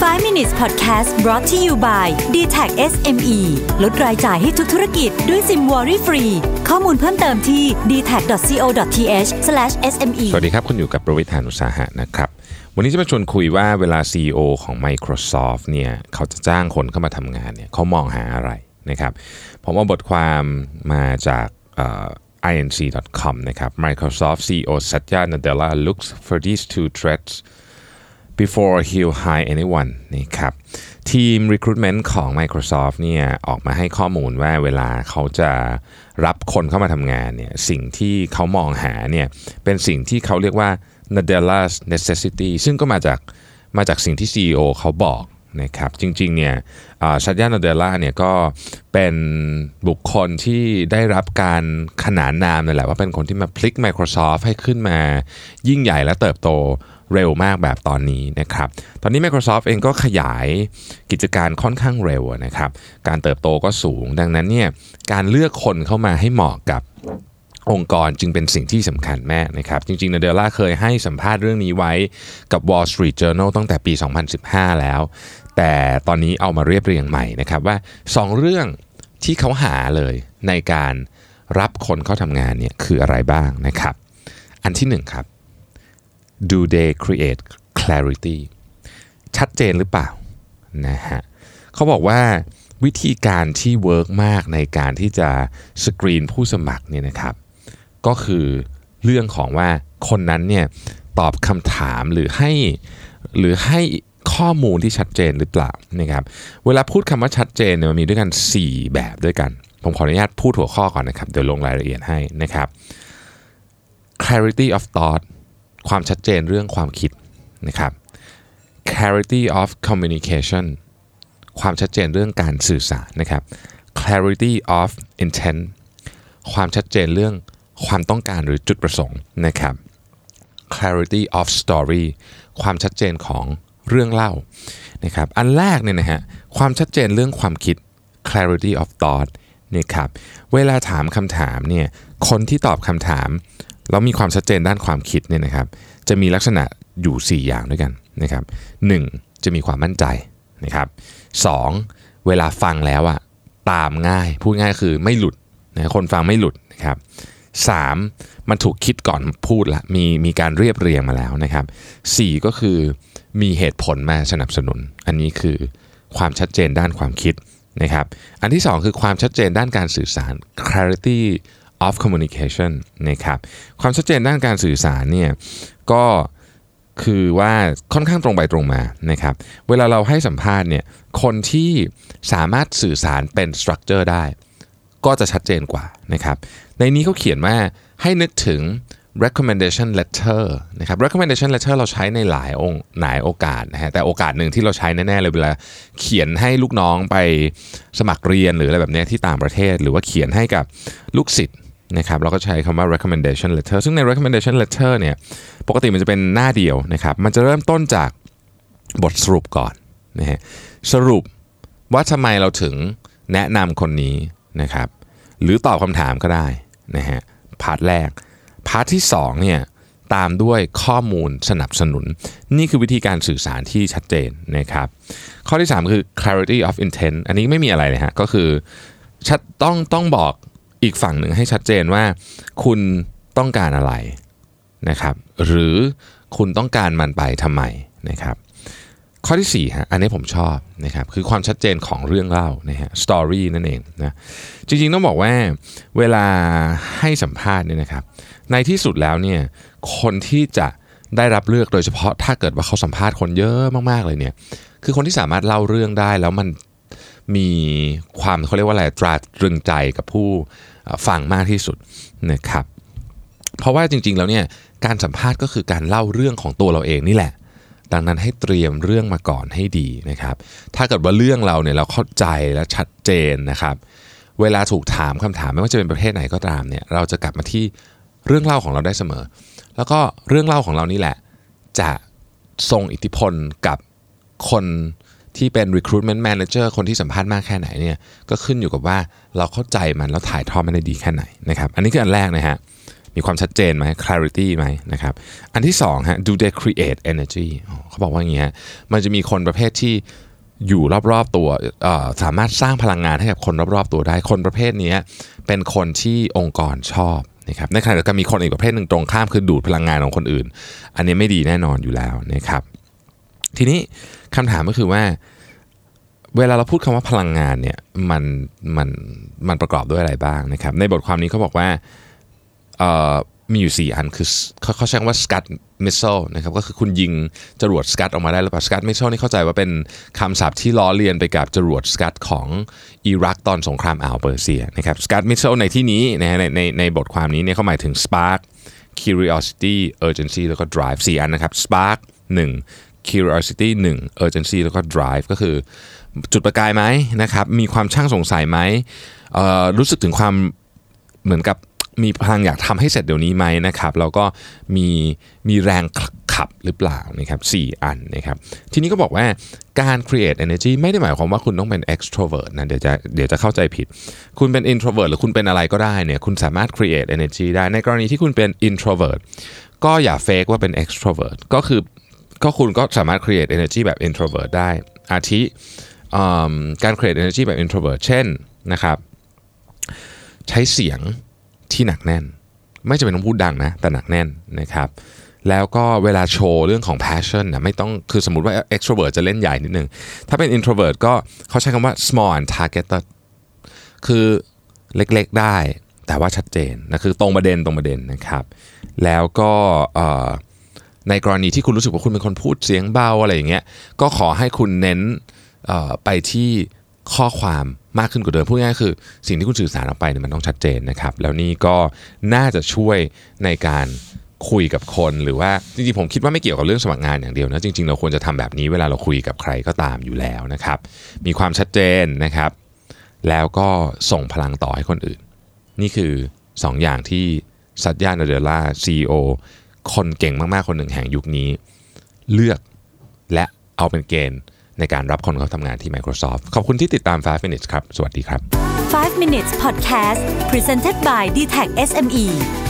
5 minutes podcast brought to you by DTAC SME ลดรายจ่ายให้ทุกธุรกิจด้วยซิมวอรี่ฟรีข้อมูลเพิ่มเติมที่ dtac.co.th/sme สวัสดีครับคุณอยู่กับประวิทย์ หาญอุตสาหะนะครับวันนี้จะมาชวนคุยว่าเวลา CEO ของ Microsoft เนี่ยเขาจะจ้างคนเข้ามาทำงานเนี่ยเขามองหาอะไรนะครับผมเอาบทความมาจากinc.com นะครับ Microsoft CEO Satya Nadella looks for these two threats before he'll hire anyone นะครับทีม recruitment ของ Microsoft เนี่ยออกมาให้ข้อมูลว่าเวลาเขาจะรับคนเข้ามาทำงานเนี่ยสิ่งที่เขามองหาเนี่ยเป็นสิ่งที่เขาเรียกว่า Nadella's necessity ซึ่งก็มาจากสิ่งที่ CEO เขาบอกนะครับจริงๆเนี่ยSatya Nadella เนี่ยก็เป็นบุคคลที่ได้รับการขนานนามนั่นแหละว่าเป็นคนที่มาพลิก Microsoft ให้ขึ้นมายิ่งใหญ่และเติบโตเร็วมากแบบตอนนี้นะครับตอนนี้ Microsoft เองก็ขยายกิจการค่อนข้างเร็วนะครับการเติบโตก็สูงดังนั้นเนี่ยการเลือกคนเข้ามาให้เหมาะกับองค์กรจึงเป็นสิ่งที่สำคัญมากนะครับจริงๆ Nadella เคยให้สัมภาษณ์เรื่องนี้ไว้กับ Wall Street Journal ตั้งแต่ปี 2015 แล้วแต่ตอนนี้เอามาเรียบเรียงใหม่นะครับว่า2เรื่องที่เขาหาเลยในการรับคนเข้าทำงานเนี่ยคืออะไรบ้างนะครับอันที่1ครับDo they create clarity ชัดเจนหรือเปล่านะฮะเขาบอกว่าวิธีการที่เวิร์กมากในการที่จะสกรีนผู้สมัครเนี่ยนะครับก็คือเรื่องของว่าคนนั้นเนี่ยตอบคำถามหรือให้ข้อมูลที่ชัดเจนหรือเปล่านะครับเวลาพูดคำว่าชัดเจนเนี่ยมันมีด้วยกัน4แบบด้วยกันผมขออนุญาตพูดหัวข้อก่อนนะครับเดี๋ยวลงรายละเอียดให้นะครับ clarity of thoughtความชัดเจนเรื่องความคิดนะครับ clarity of communication ความชัดเจนเรื่องการสื่อสารนะครับ clarity of intent ความชัดเจนเรื่องความต้องการหรือจุดประสงค์นะครับ clarity of story ความชัดเจนของเรื่องเล่านะครับอันแรกเนี่ยนะฮะความชัดเจนเรื่องความคิด clarity of thought นะครับเวลาถามคำถามเนี่ยคนที่ตอบคำถามแล้วมีความชัดเจนด้านความคิดเนี่ยนะครับจะมีลักษณะอยู่4อย่างด้วยกันนะครับ1จะมีความมั่นใจนะครับ2เวลาฟังแล้วอะตามง่ายพูดง่ายคือไม่หลุดนะคนฟังไม่หลุดนะครับ3มันถูกคิดก่อนพูดละมีการเรียบเรียงมาแล้วนะครับ4ก็คือมีเหตุผลมาสนับสนุนอันนี้คือความชัดเจนด้านความคิดนะครับอันที่2คือความชัดเจนด้านการสื่อสาร clarity of communication นะครับความชัดเจนด้านการสื่อสารเนี่ยก็คือว่าค่อนข้างตรงไปตรงมานะครับเวลาเราให้สัมภาษณ์เนี่ยคนที่สามารถสื่อสารเป็น structure ได้ก็จะชัดเจนกว่านะครับในนี้เขาเขียนว่าให้นึกถึง recommendation letter นะครับ recommendation letter เราใช้ในหลายโอกาสนะฮะแต่โอกาสหนึ่งที่เราใช้แน่ๆเลยเวลาเขียนให้ลูกน้องไปสมัครเรียนหรืออะไรแบบนี้ที่ต่างประเทศหรือว่าเขียนให้กับลูกศิษย์นะครับเราก็ใช้คำว่า recommendation letter ซึ่งใน recommendation letter เนี่ยปกติมันจะเป็นหน้าเดียวนะครับมันจะเริ่มต้นจากบทสรุปก่อนนะฮะสรุปว่าทำไมเราถึงแนะนำคนนี้นะครับหรือตอบคำถามก็ได้นะฮะพาร์ทแรกพาร์ทที่2เนี่ยตามด้วยข้อมูลสนับสนุนนี่คือวิธีการสื่อสารที่ชัดเจนนะครับข้อที่3คือ clarity of intent อันนี้ไม่มีอะไรเลยฮะก็คือชัดต้องบอกอีกฝั่งหนึ่งให้ชัดเจนว่าคุณต้องการอะไรนะครับหรือคุณต้องการมันไปทำไมนะครับข้อที่4ฮะอันนี้ผมชอบนะครับคือความชัดเจนของเรื่องเล่านะฮะ story นั่นเองนะจริงๆต้องบอกว่าเวลาให้สัมภาษณ์เนี่ยนะครับในที่สุดแล้วเนี่ยคนที่จะได้รับเลือกโดยเฉพาะถ้าเกิดว่าเขาสัมภาษณ์คนเยอะมากๆเลยเนี่ยคือคนที่สามารถเล่าเรื่องได้แล้วมันมีความเขาเรียกว่าอะไรตราตรึงใจกับผู้ฟังมากที่สุดนะครับเพราะว่าจริงๆแล้วเนี่ยการสัมภาษณ์ก็คือการเล่าเรื่องของตัวเราเองนี่แหละดังนั้นให้เตรียมเรื่องมาก่อนให้ดีนะครับถ้าเกิดว่าเรื่องเราเนี่ยเราเข้าใจและชัดเจนนะครับเวลาถูกถามคำถามไม่ว่าจะเป็นประเภทไหนก็ตามเนี่ยเราจะกลับมาที่เรื่องเล่าของเราได้เสมอแล้วก็เรื่องเล่าของเรานี่แหละจะส่งอิทธิพลกับคนที่เป็น recruitment manager คนที่สัมภาษณ์มากแค่ไหนเนี่ยก็ขึ้นอยู่กับว่าเราเข้าใจมันแล้วถ่ายทอดมันได้ดีแค่ไหนนะครับอันนี้คืออันแรกนะฮะมีความชัดเจนไหม clarity ไหมนะครับอันที่2ฮะ do they create energy เขาบอกว่าอย่างเงี้ยมันจะมีคนประเภทที่อยู่รอบๆตัวสามารถสร้างพลังงานให้กับคนรอบๆตัวได้คนประเภทนี้เป็นคนที่องค์กรชอบนะครับในขณะเดียวกันมีคนอีกประเภทหนึ่งตรงข้ามคือดูดพลังงานของคนอื่นอันนี้ไม่ดีแน่นอนอยู่แล้วนะครับทีนี้คำถามก็คือว่าเวลาเราพูดคำว่าพลังงานเนี่ยมันประกอบด้วยอะไรบ้างนะครับในบทความนี้เขาบอกว่ามีอยู่4อันคือเขาใช้คำว่า Scud Missile นะครับก็คือคุณยิงจรวด Scud ออกมาได้หรือเปล่า Scud Missile นี่เข้าใจว่าเป็นคำศัพท์ที่ล้อเลียนไปกับจรวด Scud ของอิรักตอนสงครามอ่าวเปอร์เซียนะครับ Scud Missile ในที่นี้นะฮะในบทความนี้เนี่ยเขาหมายถึง Spark Curiosity Urgency แล้วก็ Drive 4อันนะครับ Spark 1 Curiosity 1 Urgency แล้วก็ Drive ก็คือจุดประกายไหมนะครับมีความช่างสงสัยไหมรู้สึกถึงความเหมือนกับมีพลังอยากทำให้เสร็จเดี๋ยวนี้ไหมนะครับแล้วก็มีแรงขับหรือเปล่านะครับ4อันนะครับทีนี้ก็บอกว่าการ create energy ไม่ได้หมายความว่าคุณต้องเป็น extrovert นะเดี๋ยวจะเข้าใจผิดคุณเป็น introvert หรือคุณเป็นอะไรก็ได้เนี่ยคุณสามารถ create energy ได้ในกรณีที่คุณเป็น introvert ก็อย่า fake ว่าเป็น extrovert ก็คุณก็สามารถ create energy แบบ introvert ได้อาทิการ create energy แบบ introvert เช่นนะครับใช้เสียงที่หนักแน่นไม่จำเป็นต้องพูดดังนะแต่หนักแน่นนะครับแล้วก็เวลาโชว์เรื่องของ passion นะไม่ต้องคือสมมุติว่า extrovert จะเล่นใหญ่นิดนึงถ้าเป็น introvert ก็เขาใช้คำว่า small and targeted คือเล็กๆได้แต่ว่าชัดเจนนะคือตรงประเด็นนะครับแล้วก็ในกรณีที่คุณรู้สึกว่าคุณเป็นคนพูดเสียงเบาอะไรอย่างเงี้ยก็ขอให้คุณเน้นไปที่ข้อความมากขึ้นกว่าเดิมพูดง่ายๆคือสิ่งที่คุณสื่อสารออกไปเนี่ยมันต้องชัดเจนนะครับแล้วนี่ก็น่าจะช่วยในการคุยกับคนหรือว่าจริงๆผมคิดว่าไม่เกี่ยวกับเรื่องสมัครงานอย่างเดียวนะจริงๆเราควรจะทำแบบนี้เวลาเราคุยกับใครก็ตามอยู่แล้วนะครับมีความชัดเจนนะครับแล้วก็ส่งพลังต่อให้คนอื่นนี่คือ2อย่างที่ซัตยา นาเดลลา CEO คนเก่งมากๆคนหนึ่งแห่งยุคนี้เลือกและเอาเป็นเกณฑ์ในการรับคนเข้าทำงานที่ Microsoft ขอบคุณที่ติดตาม 5 minutes ครับสวัสดีครับ 5 minutes podcast presented by DTAC SME